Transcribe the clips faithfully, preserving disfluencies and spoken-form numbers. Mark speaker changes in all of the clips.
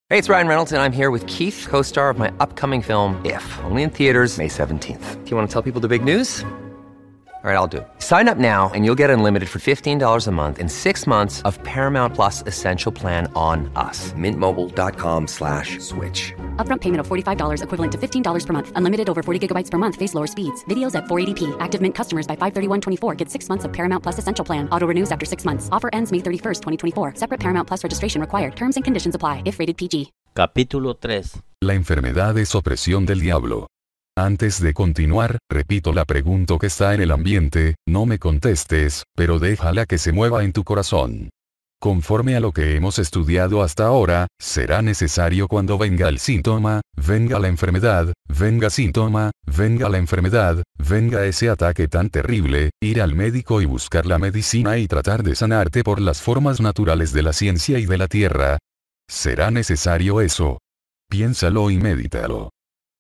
Speaker 1: Hey, it's Ryan Reynolds, and I'm here with Keith, co-star of my upcoming film, If, only in theaters May seventeenth. Do you want to tell people the big news? All right, I'll do it. Sign up now and you'll get unlimited for fifteen dollars a month and six months of Paramount Plus Essential Plan on us. Mint Mobile dot com slash switch.
Speaker 2: Upfront payment of forty-five dollars equivalent to fifteen dollars per month. Unlimited over forty gigabytes per month. Face lower speeds. Videos at four eighty p. Active Mint customers by five thirty-one twenty-four get six months of Paramount Plus Essential Plan. Auto renews after six months. Offer ends May thirty-first, twenty twenty-four. Separate Paramount Plus registration required. Terms and conditions apply if rated P G.
Speaker 3: Capítulo tres.
Speaker 4: La enfermedad es opresión del diablo. Antes de continuar, repito la pregunta que está en el ambiente, no me contestes, pero déjala que se mueva en tu corazón. Conforme a lo que hemos estudiado hasta ahora, será necesario cuando venga el síntoma, venga la enfermedad, venga síntoma, venga la enfermedad, venga ese ataque tan terrible, ir al médico y buscar la medicina y tratar de sanarte por las formas naturales de la ciencia y de la tierra. Será necesario eso. Piénsalo y medítalo.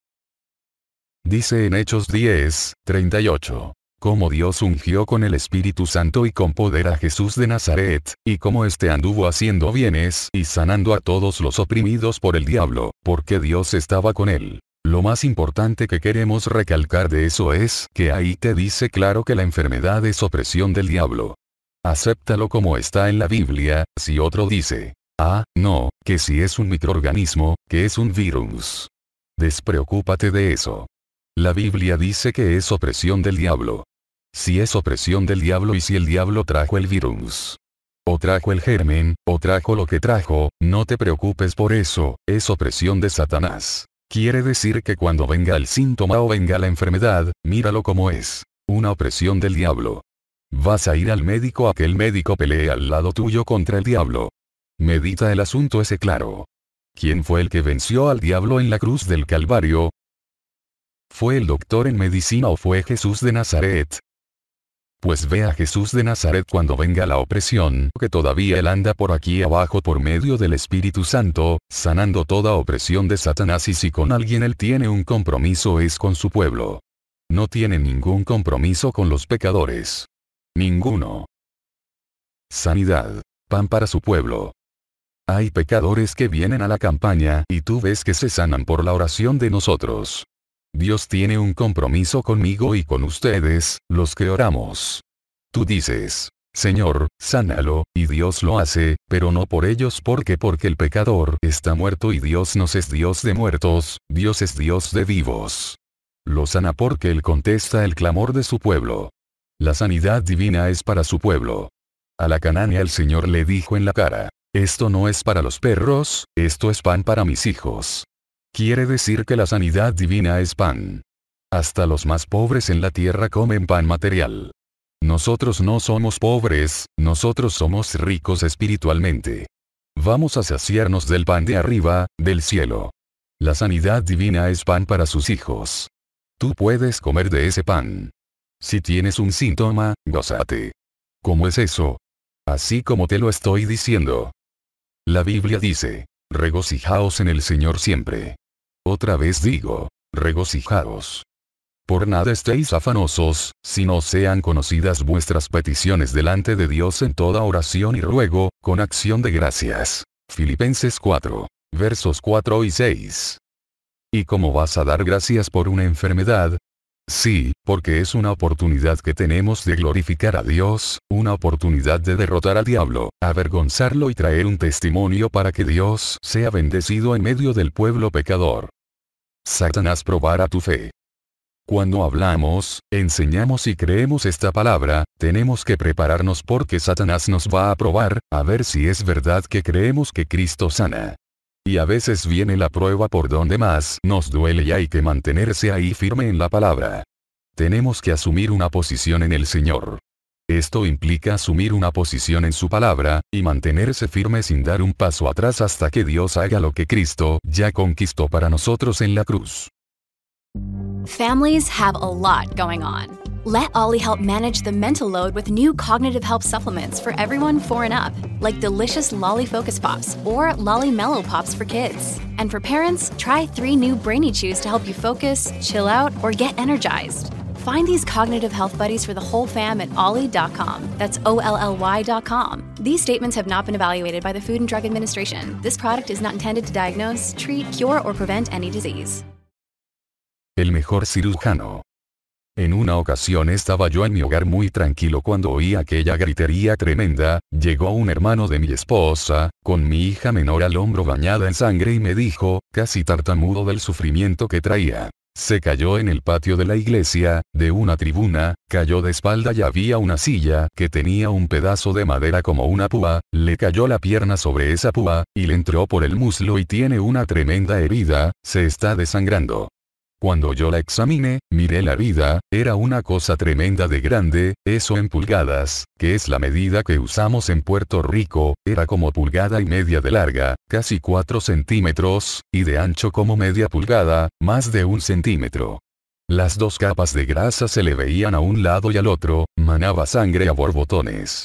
Speaker 4: Dice en Hechos diez, treinta y ocho. Como Dios ungió con el Espíritu Santo y con poder a Jesús de Nazaret, y como éste anduvo haciendo bienes y sanando a todos los oprimidos por el diablo, porque Dios estaba con él. Lo más importante que queremos recalcar de eso es que ahí te dice claro que la enfermedad es opresión del diablo. Acéptalo como está en la Biblia. Si otro dice, ah, no, que si es un microorganismo, que es un virus. Despreocúpate de eso. La Biblia dice que es opresión del diablo. Si es opresión del diablo y si el diablo trajo el virus, o trajo el germen, o trajo lo que trajo, no te preocupes por eso, es opresión de Satanás. Quiere decir que cuando venga el síntoma o venga la enfermedad, míralo como es, una opresión del diablo. Vas a ir al médico a que el médico pelee al lado tuyo contra el diablo. Medita el asunto ese claro. ¿Quién fue el que venció al diablo en la cruz del Calvario? ¿Fue el doctor en medicina o fue Jesús de Nazaret? Pues ve a Jesús de Nazaret cuando venga la opresión, que todavía él anda por aquí abajo por medio del Espíritu Santo, sanando toda opresión de Satanás, y si con alguien él tiene un compromiso es con su pueblo. No tiene ningún compromiso con los pecadores. Ninguno. Sanidad. Pan para su pueblo. Hay pecadores que vienen a la campaña y tú ves que se sanan por la oración de nosotros. Dios tiene un compromiso conmigo y con ustedes, los que oramos. Tú dices, Señor, sánalo, y Dios lo hace, pero no por ellos porque porque el pecador está muerto y Dios no es Dios de muertos, Dios es Dios de vivos. Lo sana porque Él contesta el clamor de su pueblo. La sanidad divina es para su pueblo. A la cananea el Señor le dijo en la cara, esto no es para los perros, esto es pan para mis hijos. Quiere decir que la sanidad divina es pan. Hasta los más pobres en la tierra comen pan material. Nosotros no somos pobres, nosotros somos ricos espiritualmente. Vamos a saciarnos del pan de arriba, del cielo. La sanidad divina es pan para sus hijos. Tú puedes comer de ese pan. Si tienes un síntoma, gózate. ¿Cómo es eso? Así como te lo estoy diciendo. La Biblia dice, regocijaos en el Señor siempre. Otra vez digo, regocijaos. Por nada estéis afanosos, sino sean conocidas vuestras peticiones delante de Dios en toda oración y ruego, con acción de gracias. Filipenses cuatro, versos cuatro y seis. ¿Y cómo vas a dar gracias por una enfermedad? Sí, porque es una oportunidad que tenemos de glorificar a Dios, una oportunidad de derrotar al diablo, avergonzarlo y traer un testimonio para que Dios sea bendecido en medio del pueblo pecador. Satanás probará tu fe. Cuando hablamos, enseñamos y creemos esta palabra, tenemos que prepararnos porque Satanás nos va a probar, a ver si es verdad que creemos que Cristo sana. Y a veces viene la prueba por donde más nos duele y hay que mantenerse ahí firme en la palabra. Tenemos que asumir una posición en el Señor. Esto implica asumir una posición en su palabra, y mantenerse firme sin dar un paso atrás hasta que Dios haga lo que Cristo ya conquistó para nosotros en la cruz.
Speaker 5: Families have a lot going on. Let Ollie help manage the mental load with new cognitive help supplements for everyone four and up, like delicious Lolly Focus Pops or Lolly Mellow Pops for kids. And for parents, try three new Brainy Chews to help you focus, chill out, or get energized. Find these cognitive health buddies for the whole fam at ollie dot com. That's O L L Y dot com. These statements have not been evaluated by the Food and Drug Administration. This product is not intended to diagnose, treat, cure, or prevent any disease.
Speaker 4: El mejor cirujano. En una ocasión estaba yo en mi hogar muy tranquilo cuando oí aquella gritería tremenda. Llegó un hermano de mi esposa, con mi hija menor al hombro bañada en sangre y me dijo, casi tartamudo del sufrimiento que traía. Se cayó en el patio de la iglesia, de una tribuna, cayó de espalda y había una silla que tenía un pedazo de madera como una púa, le cayó la pierna sobre esa púa, y le entró por el muslo y tiene una tremenda herida, se está desangrando. Cuando yo la examiné, miré la herida, era una cosa tremenda de grande, eso en pulgadas, que es la medida que usamos en Puerto Rico, era como pulgada y media de larga, casi cuatro centímetros, y de ancho como media pulgada, más de un centímetro. Las dos capas de grasa se le veían a un lado y al otro, manaba sangre a borbotones.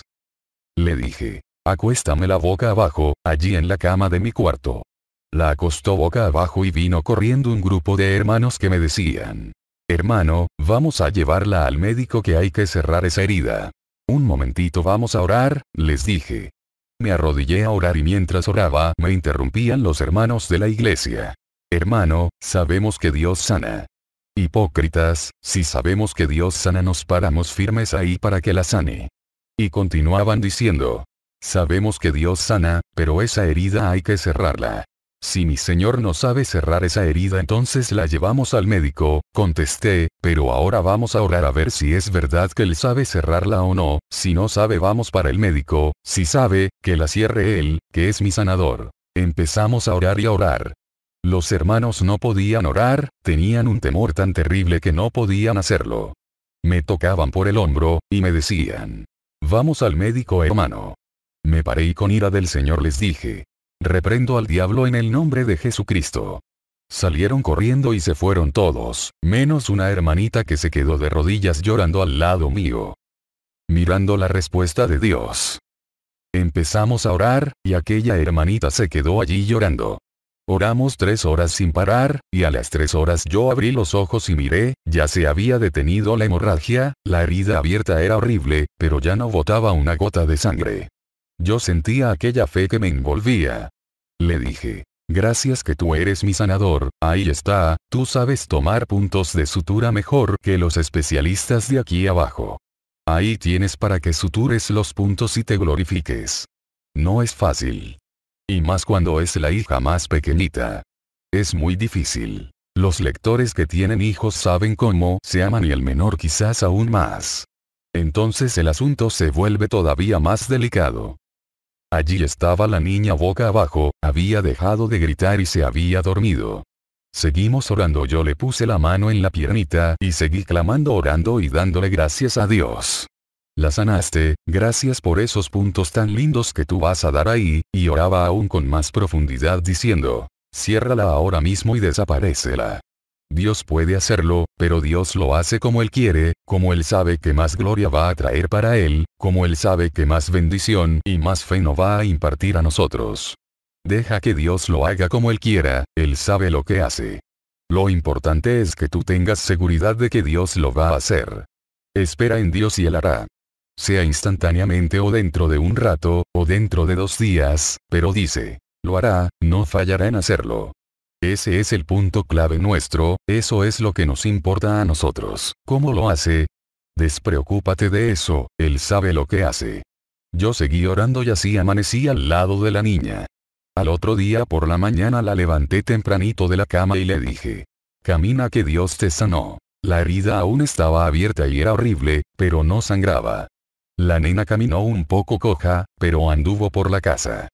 Speaker 4: Le dije, acuéstame la boca abajo, allí en la cama de mi cuarto. La acostó boca abajo y vino corriendo un grupo de hermanos que me decían, hermano, vamos a llevarla al médico que hay que cerrar esa herida. Un momentito vamos a orar, les dije. Me arrodillé a orar y mientras oraba me interrumpían los hermanos de la iglesia. Hermano, sabemos que Dios sana. Hipócritas, si sabemos que Dios sana nos paramos firmes ahí para que la sane. Y continuaban diciendo, sabemos que Dios sana, pero esa herida hay que cerrarla. Si mi señor no sabe cerrar esa herida entonces la llevamos al médico, contesté, pero ahora vamos a orar a ver si es verdad que él sabe cerrarla o no, si no sabe vamos para el médico, si sabe, que la cierre él, que es mi sanador. Empezamos a orar y a orar. Los hermanos no podían orar, tenían un temor tan terrible que no podían hacerlo. Me tocaban por el hombro, y me decían, vamos al médico hermano. Me paré y con ira del Señor les dije, reprendo al diablo en el nombre de Jesucristo. Salieron corriendo y se fueron todos, menos una hermanita que se quedó de rodillas llorando al lado mío. Mirando la respuesta de Dios. Empezamos a orar, y aquella hermanita se quedó allí llorando. Oramos tres horas sin parar, y a las tres horas yo abrí los ojos y miré, ya se había detenido la hemorragia, la herida abierta era horrible, pero ya no botaba una gota de sangre. Yo sentía aquella fe que me envolvía. Le dije, gracias que tú eres mi sanador, ahí está, tú sabes tomar puntos de sutura mejor que los especialistas de aquí abajo. Ahí tienes para que sutures los puntos y te glorifiques. No es fácil. Y más cuando es la hija más pequeñita. Es muy difícil. Los lectores que tienen hijos saben cómo se aman y el menor quizás aún más. Entonces el asunto se vuelve todavía más delicado. Allí estaba la niña boca abajo, había dejado de gritar y se había dormido. Seguimos orando, yo le puse la mano en la piernita y seguí clamando, orando y dándole gracias a Dios. La sanaste, gracias por esos puntos tan lindos que tú vas a dar ahí, y oraba aún con más profundidad diciendo, ciérrala ahora mismo y desaparécela. Dios puede hacerlo, pero Dios lo hace como Él quiere, como Él sabe que más gloria va a traer para Él, como Él sabe que más bendición y más fe nos va a impartir a nosotros. Deja que Dios lo haga como Él quiera, Él sabe lo que hace. Lo importante es que tú tengas seguridad de que Dios lo va a hacer. Espera en Dios y Él hará. Sea instantáneamente o dentro de un rato, o dentro de dos días, pero dice, lo hará, no fallará en hacerlo. Ese es el punto clave nuestro, eso es lo que nos importa a nosotros. ¿Cómo lo hace? Despreocúpate de eso, Él sabe lo que hace. Yo seguí orando y así amanecí al lado de la niña. Al otro día por la mañana la levanté tempranito de la cama y le dije, camina que Dios te sanó. La herida aún estaba abierta y era horrible, pero no sangraba. La nena caminó un poco coja, pero anduvo por la casa.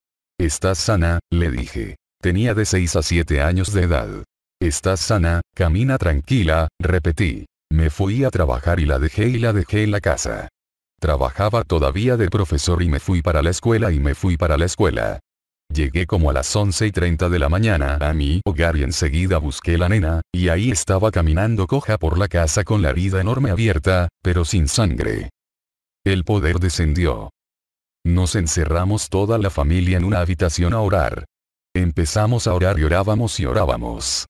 Speaker 4: ¿Estás sana?, le dije. Tenía de seis a siete años de edad. ¿Estás sana? Camina tranquila, repetí. Me fui a trabajar y la dejé y la dejé en la casa. Trabajaba todavía de profesor y me fui para la escuela y me fui para la escuela. Llegué como a las once y treinta de la mañana a mi hogar y enseguida busqué la nena, y ahí estaba caminando coja por la casa con la herida enorme abierta, pero sin sangre. El poder descendió. Nos encerramos toda la familia en una habitación a orar. Empezamos a orar y orábamos y orábamos.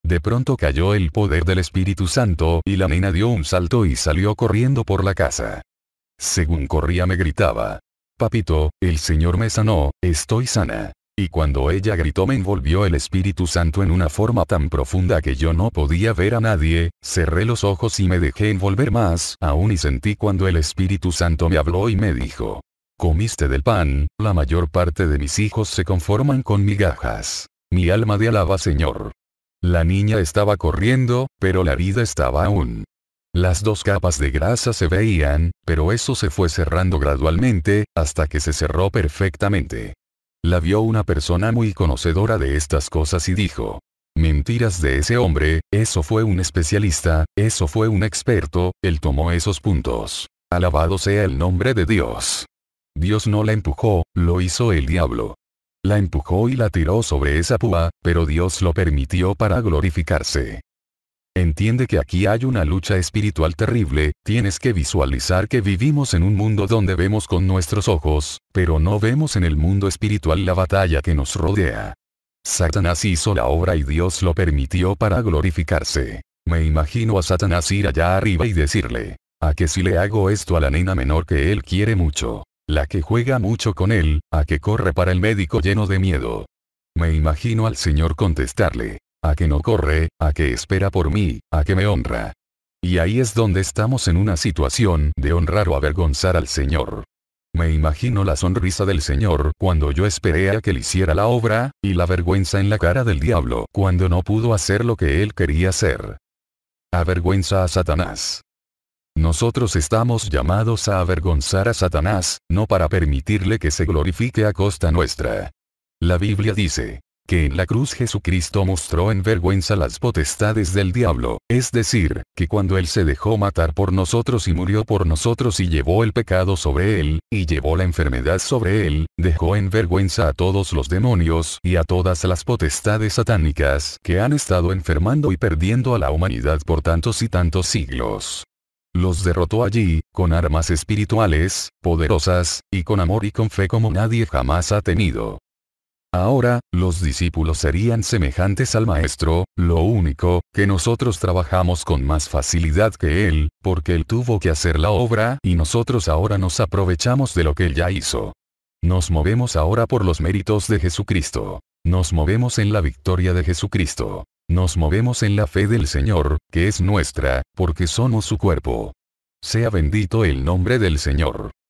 Speaker 4: De pronto cayó el poder del Espíritu Santo y la nena dio un salto y salió corriendo por la casa. Según corría me gritaba: «Papito, el Señor me sanó, estoy sana». Y cuando ella gritó me envolvió el Espíritu Santo en una forma tan profunda que yo no podía ver a nadie, cerré los ojos y me dejé envolver más aún y sentí cuando el Espíritu Santo me habló y me dijo: «Comiste del pan, la mayor parte de mis hijos se conforman con migajas. Mi alma te alaba, Señor». La niña estaba corriendo, pero la herida estaba aún. Las dos capas de grasa se veían, pero eso se fue cerrando gradualmente, hasta que se cerró perfectamente. La vio una persona muy conocedora de estas cosas y dijo: «Mentiras de ese hombre, eso fue un especialista, eso fue un experto, él tomó esos puntos. Alabado sea el nombre de Dios». Dios no la empujó, lo hizo el diablo. La empujó y la tiró sobre esa púa, pero Dios lo permitió para glorificarse. Entiende que aquí hay una lucha espiritual terrible, tienes que visualizar que vivimos en un mundo donde vemos con nuestros ojos, pero no vemos en el mundo espiritual la batalla que nos rodea. Satanás hizo la obra y Dios lo permitió para glorificarse. Me imagino a Satanás ir allá arriba y decirle: «¿A que si le hago esto a la nena menor que él quiere mucho? La que juega mucho con él, a que corre para el médico lleno de miedo». Me imagino al Señor contestarle: «¿A que no corre, a que espera por mí, a que me honra?». Y ahí es donde estamos en una situación de honrar o avergonzar al Señor. Me imagino la sonrisa del Señor cuando yo esperé a que él hiciera la obra, y la vergüenza en la cara del diablo cuando no pudo hacer lo que él quería hacer. Avergüenza a Satanás. Nosotros estamos llamados a avergonzar a Satanás, no para permitirle que se glorifique a costa nuestra. La Biblia dice que en la cruz Jesucristo mostró en vergüenza las potestades del diablo, es decir, que cuando él se dejó matar por nosotros y murió por nosotros y llevó el pecado sobre él, y llevó la enfermedad sobre él, dejó en vergüenza a todos los demonios y a todas las potestades satánicas que han estado enfermando y perdiendo a la humanidad por tantos y tantos siglos. Los derrotó allí, con armas espirituales, poderosas, y con amor y con fe como nadie jamás ha tenido. Ahora, los discípulos serían semejantes al Maestro, lo único, que nosotros trabajamos con más facilidad que Él, porque Él tuvo que hacer la obra y nosotros ahora nos aprovechamos de lo que Él ya hizo. Nos movemos ahora por los méritos de Jesucristo. Nos movemos en la victoria de Jesucristo. Nos movemos en la fe del Señor, que es nuestra, porque somos su cuerpo. Sea bendito el nombre del Señor.